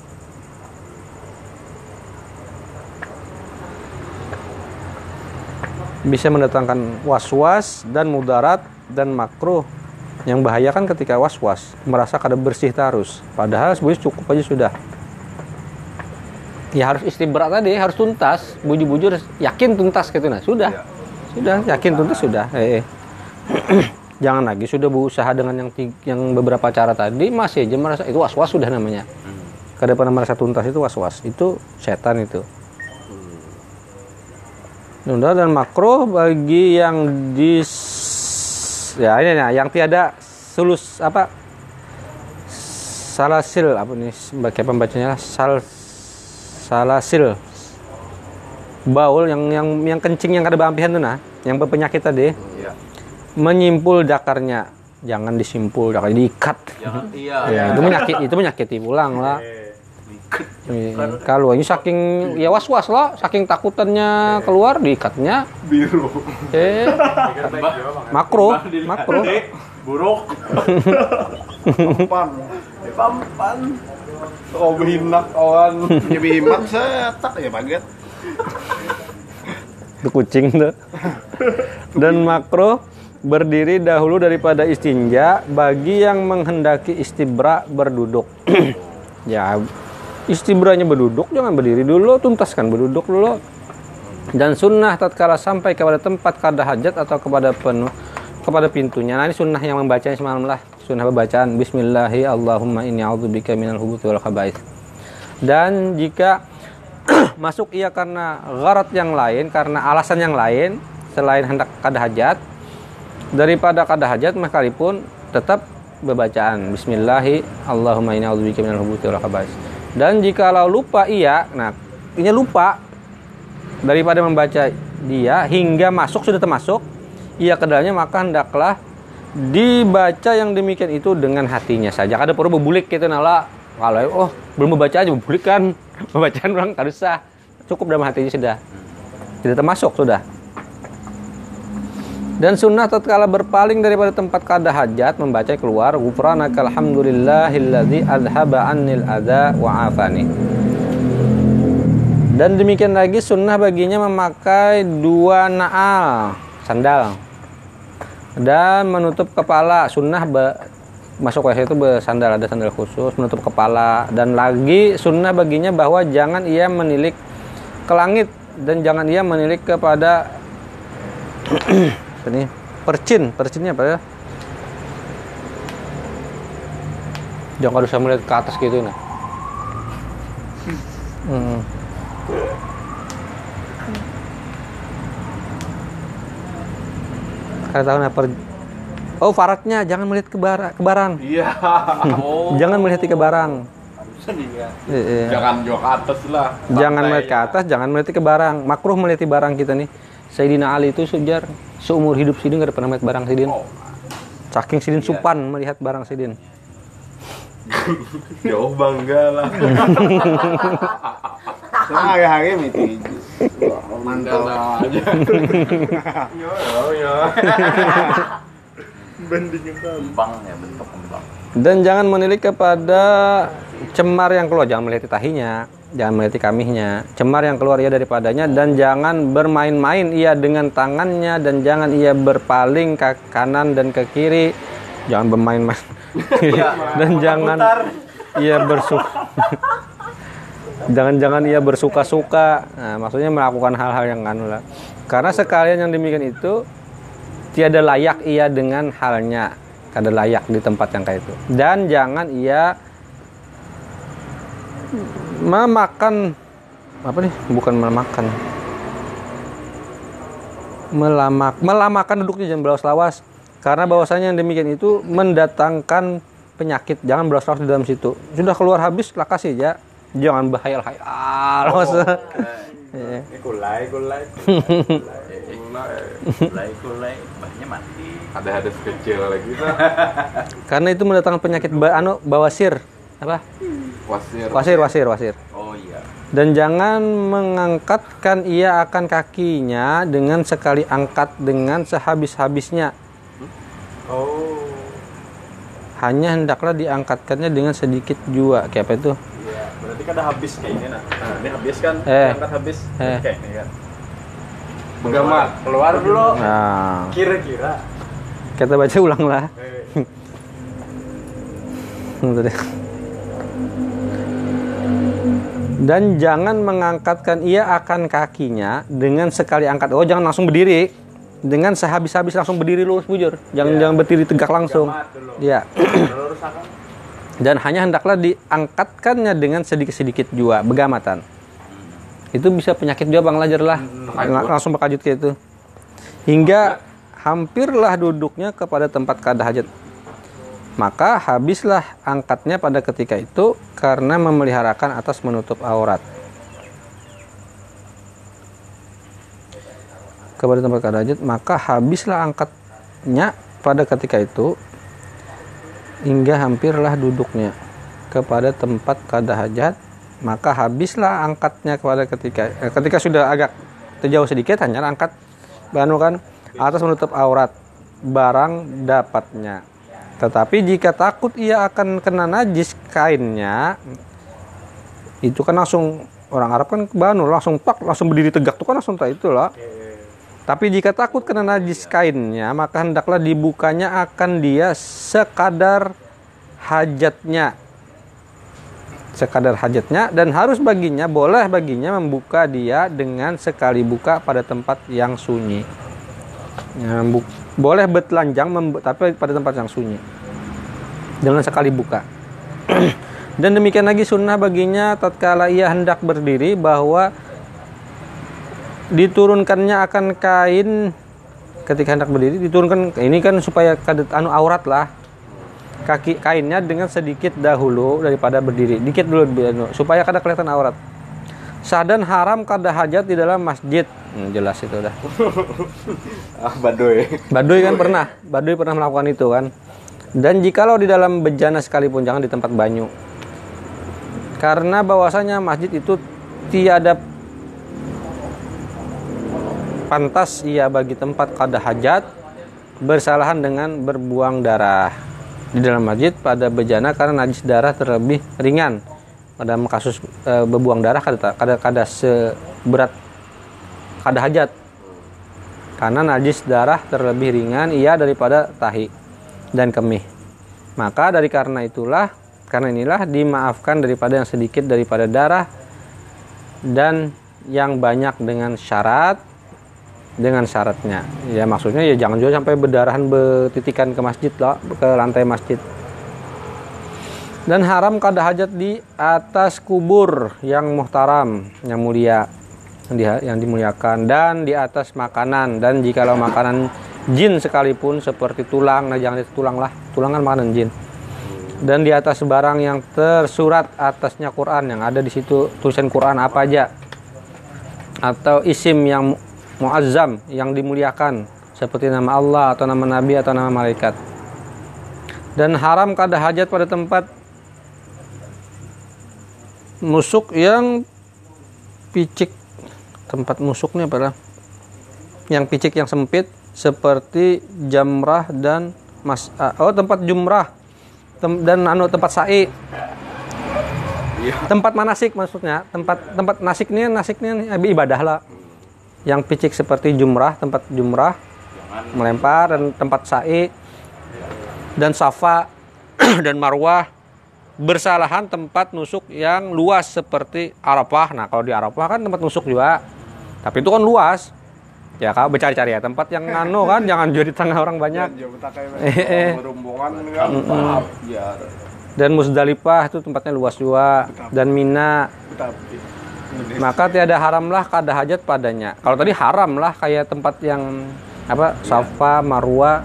Bisa mendatangkan was-was dan mudarat dan makruh. Yang bahaya kan ketika was-was merasa kada bersih terus, padahal sebenarnya cukup aja sudah. Ya harus istibra tadi, harus tuntas, bujur-bujur yakin tuntas gitu nah, sudah. Ya. Sudah yakin tuntas sudah. Eh, eh. Jangan lagi sudah berusaha dengan yang yang beberapa cara tadi masih aja merasa itu was-was sudah namanya. Kada pernah merasa tuntas itu was-was, itu setan itu. Nunda dan makruh bagi yang dis ya ini nah, yang tiada sulus apa salasil apa nih sebagai pembacanya sal salasil baul yang yang yang kencing yang kada beampihan tuh nah yang berpenyakit tadi ya. Menyimpul dakarnya jangan disimpul dakar diikat jangan, iya, ya, itu menyakit itu menyakiti pulang lah. Iya. Kalau ini saking ya was-was loh, saking takutannya keluar diikatnya biru. Eh, makro, makro. Buruk. Pampan. Pampan. Kau behinak kawan. Ya bihimat saya tak ya baget. Itu kucing tuh. Dan makro berdiri dahulu daripada istinja bagi yang menghendaki istibra berduduk. Ya istibranya berduduk, jangan berdiri dulu, tuntaskan berduduk dulu. Dan sunnah tatkala sampai kepada tempat kada hajat atau kepada penuh kepada pintunya. Nah, ini sunnah yang membacanya semalam lah. Sunnah bacaan Bismillahi Allahumma inni a'udzubika minal khubuthi wal khaba'its. Dan jika masuk ia karena gharat yang lain, karena alasan yang lain selain hendak kada hajat, daripada kada hajat sekalipun tetap bacaan Bismillahi Allahumma inni a'udzubika minal khubuthi wal khaba'its. Dan jikalau lupa ia, nah ini lupa daripada membaca dia hingga masuk sudah termasuk ia ke dalamnya, maka hendaklah dibaca yang demikian itu dengan hatinya saja. Kada perlu berbulik gitu nala. Kalau oh belum membaca aja berbulik kan, pembacaan orang kada usah, cukup dalam hatinya sudah, tidak termasuk sudah. Dan sunnah tatkala berpaling daripada tempat kada hajat membaca keluar ghufranaka alhamdulillahilladzi adhaba annil adza wa afani. Dan demikian lagi sunnah baginya memakai dua naal sandal dan menutup kepala. Sunnah be, masuk ke itu bersandal, ada sandal khusus menutup kepala. Dan lagi sunnah baginya bahwa jangan ia menilik ke langit dan jangan ia menilik kepada ini percin, percinnya apa ya? Jangan usah melihat ke atas gitu nah. Hmm. Kada tahu nah per... Oh, faratnya jangan melihat ke, bara, ke barang. Iya. Oh. Jangan melihat ke barang. Iya. Jangan jauh ke atas lah. Jangan melihat ke atas, jangan melihat ke barang. Makruh melihat barang kita nih. Sayyidina Ali itu sejar seumur hidup Sidin gak pernah melihat barang Sidin. Saking Sidin iya. Supan melihat barang Sidin. Jauh bangga lah. Nah, hari-hari itu mantap aja. Yo yo yo. Bandingin kembang ya, bentuk kembang. Dan jangan menilik kepada cemar yang keluar, jangan melihat tahinya, jangan melihat kamihnya, cemar yang keluar ia daripadanya, dan jangan bermain-main ia dengan tangannya, dan jangan ia berpaling ke kanan dan ke kiri, jangan bermain-main, dan jangan ia bersuka, jangan-jangan ia bersuka-suka. Nah, maksudnya melakukan hal-hal yang anu lah. Karena sekalian yang demikian itu tiada layak ia dengan halnya, kada layak di tempat yang kayak itu. Dan jangan ia memakan apa nih? Bukan memakan. Melamak, melamakan duduknya, jangan belawas-lawas. Karena bahwasanya yang demikian itu mendatangkan penyakit. Jangan belawas-lawas di dalam situ. Sudah keluar habis, lah kasih ya. Jangan bahayal-hayal. Oh, iya. Kulai, kulai. Kulai, kulai. Banyak mati. Ada ada kecil lagi. Karena itu mendatangkan penyakit ba- anu bawasir. apa? Wasir. Wasir, wasir, wasir. Oh iya. Dan jangan mengangkatkan ia akan kakinya dengan sekali angkat dengan sehabis-habisnya. Oh. Hanya hendaklah diangkatkannya dengan sedikit jua. Kayak apa itu? Iya, berarti kan ada habis kayak ini nah. Nah, ini habis kan, Eh. angkat habis. Eh. Kayak ini kan. Begamat. Keluar dulu. Nah, Kira-kira. kita baca ulang lah. Eh. Bentar ya. Dan jangan mengangkatkan ia akan kakinya dengan sekali angkat. Oh, jangan langsung berdiri. Dengan sehabis-habis langsung berdiri lurus bujur. Jangan Ya. jangan berdiri tegak langsung. Begamat dulu. Ya. Lurus akan. Dan hanya hendaklah diangkatkannya dengan sedikit-sedikit jua, begamatan. Itu bisa penyakit juga Bang Lajar lah. Lang- langsung berkajut kayak itu. Hingga hampirlah duduknya kepada tempat kada hajat. Maka habislah angkatnya pada ketika itu karena memeliharakan atas menutup aurat. Kepada tempat kada hajat, maka habislah angkatnya pada ketika itu hingga hampirlah duduknya kepada tempat kada hajat, maka habislah angkatnya kepada ketika eh, ketika sudah agak terjauh sedikit hanya angkat banu kan atas menutup aurat barang dapatnya. Tetapi jika takut ia akan kena najis kainnya, itu kan langsung orang Arab kan banu langsung tak langsung berdiri tegak tuh kan langsung tak itulah. Tapi jika takut kena najis kainnya, maka hendaklah dibukanya akan dia sekadar hajatnya. Sekadar hajatnya dan harus baginya, boleh baginya membuka dia dengan sekali buka pada tempat yang sunyi. Ya, bu- boleh bertelanjang membu- tapi pada tempat yang sunyi. Dengan sekali buka. Dan demikian lagi sunnah baginya tatkala ia hendak berdiri bahwa diturunkannya akan kain ketika hendak berdiri diturunkan ini kan supaya kadet anu aurat lah kaki kainnya dengan sedikit dahulu daripada berdiri dikit dulu supaya kada kelihatan aurat. Sah dan haram kada hajat di dalam masjid. Hmm, jelas itu udah. Ah, Badoy. Baduy kan pernah, Baduy pernah melakukan itu kan. Dan jikalau di dalam bejana sekalipun jangan di tempat banyu. Karena bahwasanya masjid itu tiada pantas ia bagi tempat kada hajat bersalahan dengan berbuang darah di dalam masjid pada bejana karena najis darah terlebih ringan. Pada kasus e, berbuang darah kada kada kada seberat kada hajat. Karena najis darah terlebih ringan ia daripada tahi dan kemih. Maka dari karena itulah karena inilah dimaafkan daripada yang sedikit daripada darah dan yang banyak dengan syarat dengan syaratnya. Ya maksudnya ya jangan juga sampai berdarahan betitikan ke masjid lah, ke lantai masjid. Dan haram kada hajat di atas kubur yang muhtaram, yang mulia, yang, di, yang dimuliakan, dan di atas makanan. Dan jikalau makanan jin sekalipun seperti tulang, nah jangan itu tulang lah, tulang kan makanan jin. Dan di atas barang yang tersurat atasnya Quran, yang ada di situ tulisan Quran apa aja, atau isim yang muazzam, yang dimuliakan, seperti nama Allah atau nama Nabi atau nama malaikat. Dan haram kada hajat pada tempat nusuk yang picik, tempat nusuknya pada yang picik yang sempit seperti jamrah dan mas oh tempat jumrah tem, dan anu tempat sa'i, tempat manasik maksudnya tempat tempat nasiknya nasiknya ibadah lah, yang picik seperti jumrah, tempat jumrah melempar, dan tempat sa'i dan safa dan marwah. Bersalahan tempat nusuk yang luas seperti Arafah. Nah kalau di Arafah kan tempat nusuk juga, tapi itu kan luas ya, kau bercari-cari ya tempat yang anu kan, jangan jadi tengah orang banyak. Dan Musdalifah itu tempatnya luas juga, dan Mina. Maka tiada haramlah kada hajat padanya. Kalau tadi haram lah kayak tempat yang apa Safa, Marwa,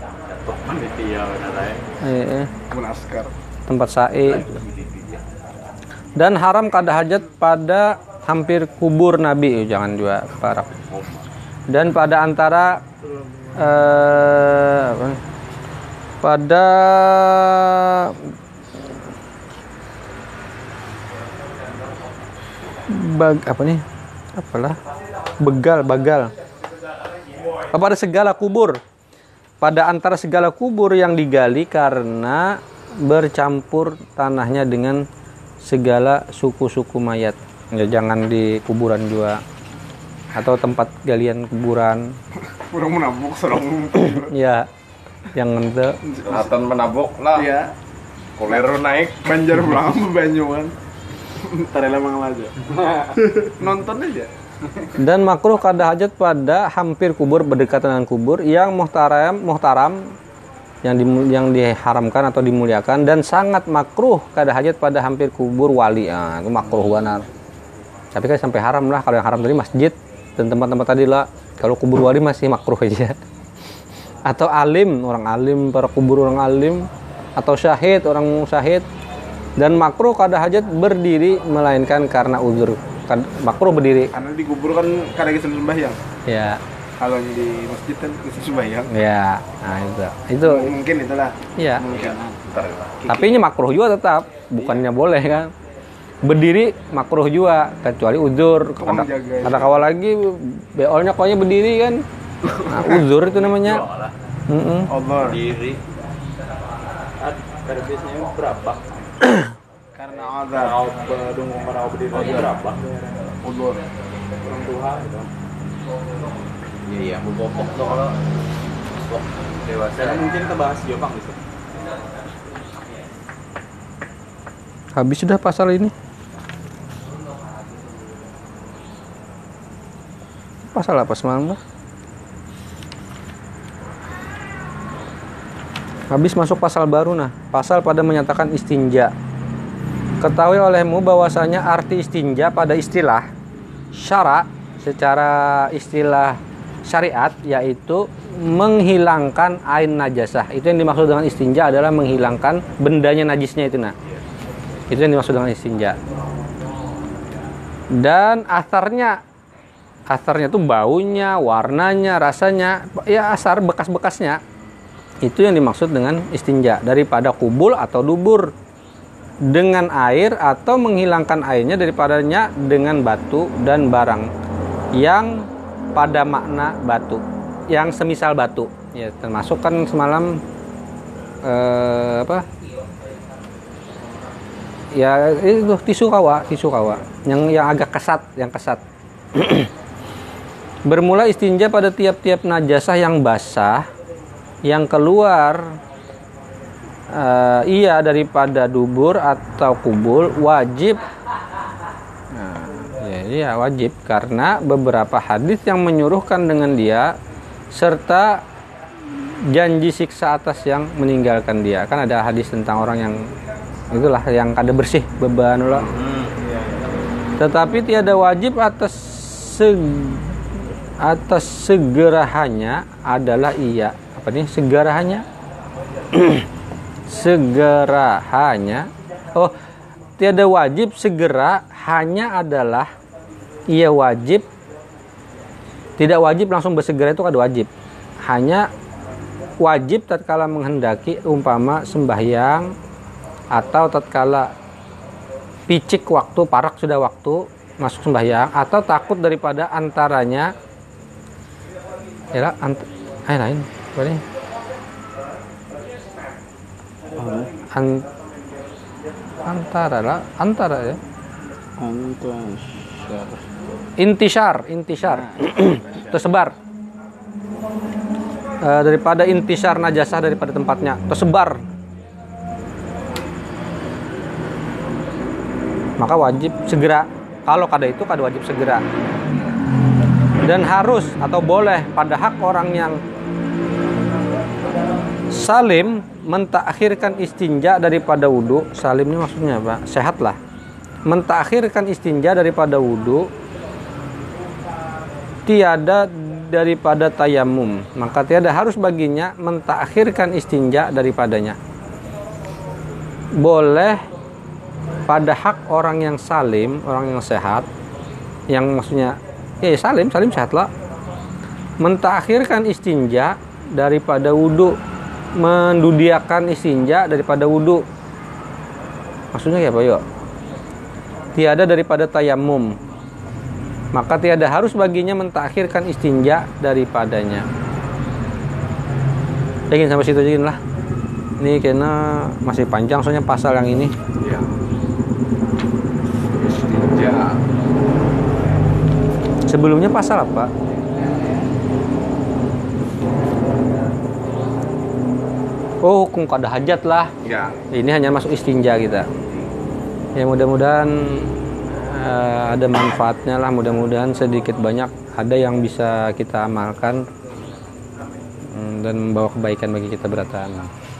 eh, eh. tempat sa'i. Dan haram kada hajat pada hampir kubur Nabi, jangan juga parah. Dan pada antara eh, apa, pada bag apa nih? Apalah? Begal, bagal. Kepada segala kubur. Pada antara segala kubur yang digali karena bercampur tanahnya dengan segala suku-suku mayat. Ya, jangan di kuburan juga. Atau tempat galian kuburan. Kurang menabuk serong. Ya, jangan tuh. Atan menabok lah. Iya. Kolero naik. Banjar pulang Banyuwan. Tarela manglaja. Nonton aja. Dan makruh kada hajat pada hampir kubur berdekatan dengan kubur yang muhtaram muhtaram yang di, yang diharamkan atau dimuliakan, dan sangat makruh kada hajat pada hampir kubur wali. Ah, itu makruh benar. Tapi kan sampai haram lah. Kalau yang haram tadi masjid dan tempat-tempat tadi lah. Kalau kubur wali masih makruh aja. Atau alim, orang alim, para kubur orang alim, atau syahid, orang syahid. Dan makruh kada hajat berdiri melainkan karena uzur. Makruh berdiri. Karena di kubur kan kada kisah sembahyang. Ya. Kalau di masjid kan kisah sembahyang. Ya. Nah itu. Itu. Mungkin itulah. Iya. Mungkin. Tapi ini makruh juga tetap, bukannya iya. Boleh kan. Berdiri makruh juga, kecuali uzur. Ada, ada kawal lagi beolnya pokoknya berdiri kan. Nah, uzur itu namanya. Heeh. Allah. Diri. Ada biasanya berapa? Karena azab. Kalau dungung para berdiri berapa? Uzur. Orang tua itu. Iya, iya, bobok tuh kalau dewasa. Karena mungkin kita bahas Jepang gitu. Habis sudah pasal ini. Pasal apa semalam? Habis masuk pasal baru nah. Pasal pada menyatakan istinja. Ketahui olehmu bahwasanya arti istinja pada istilah syara, secara istilah syariat, yaitu menghilangkan ain najasah. Itu yang dimaksud dengan istinja adalah menghilangkan bendanya najisnya itu nah. Itu yang dimaksud dengan istinja. Dan asarnya, asarnya tuh baunya, warnanya, rasanya, ya asar bekas-bekasnya. Itu yang dimaksud dengan istinja, daripada kubul atau dubur dengan air, atau menghilangkan airnya daripadanya dengan batu dan barang yang pada makna batu, yang semisal batu. Ya, termasuk kan semalam eh, apa? Ya itu tisu kawa, tisu kawa yang yang agak kesat, yang kesat. Bermula istinja pada tiap-tiap najasah yang basah yang keluar uh, iya daripada dubur atau kubul wajib. Nah, ya, ya wajib karena beberapa hadis yang menyuruhkan dengan dia serta janji siksa atas yang meninggalkan dia. Kan ada hadis tentang orang yang itulah yang kada bersih bebanullah. Tetapi tiada wajib atas seg atas segerahannya adalah iya apa nih segerahannya segerahannya oh tiada wajib segera hanya adalah ia wajib, tidak wajib langsung bersegera itu kada wajib, hanya wajib tatkala menghendaki umpama sembahyang atau tatkala picik waktu parak sudah waktu masuk sembahyang, atau takut daripada antaranya ya ant eh lain apa nih An antara lah antara ya intisar intisar tersebar e, daripada intisar najasah daripada tempatnya tersebar, maka wajib segera. Kalau kada itu kada wajib segera. Dan harus atau boleh pada hak orang yang salim mentakhirkan istinja daripada wudu. Salim ini maksudnya apa? Sehat lah. Mentakhirkan istinja daripada wudu tiada daripada tayamum, maka tiada harus baginya mentakhirkan istinja daripadanya. Boleh pada hak orang yang salim, orang yang sehat, yang maksudnya eh salim, salim sehat lah, mentakhirkan istinja daripada wudu, mendudiakan istinja daripada wudu. Maksudnya ya Pak yo? Tiada daripada tayamum, maka tiada harus baginya mentakhirkan istinja daripadanya. Yakin sampai situ aja lah. Ini karena masih panjang soalnya pasal yang ini. Ya. Istinja. Sebelumnya pasal apa? Oh, hukum qada hajat lah. Ya. Ini hanya masuk istinja kita. Ya mudah-mudahan uh, ada manfaatnya lah. Mudah-mudahan sedikit banyak ada yang bisa kita amalkan hmm, dan membawa kebaikan bagi kita beratana.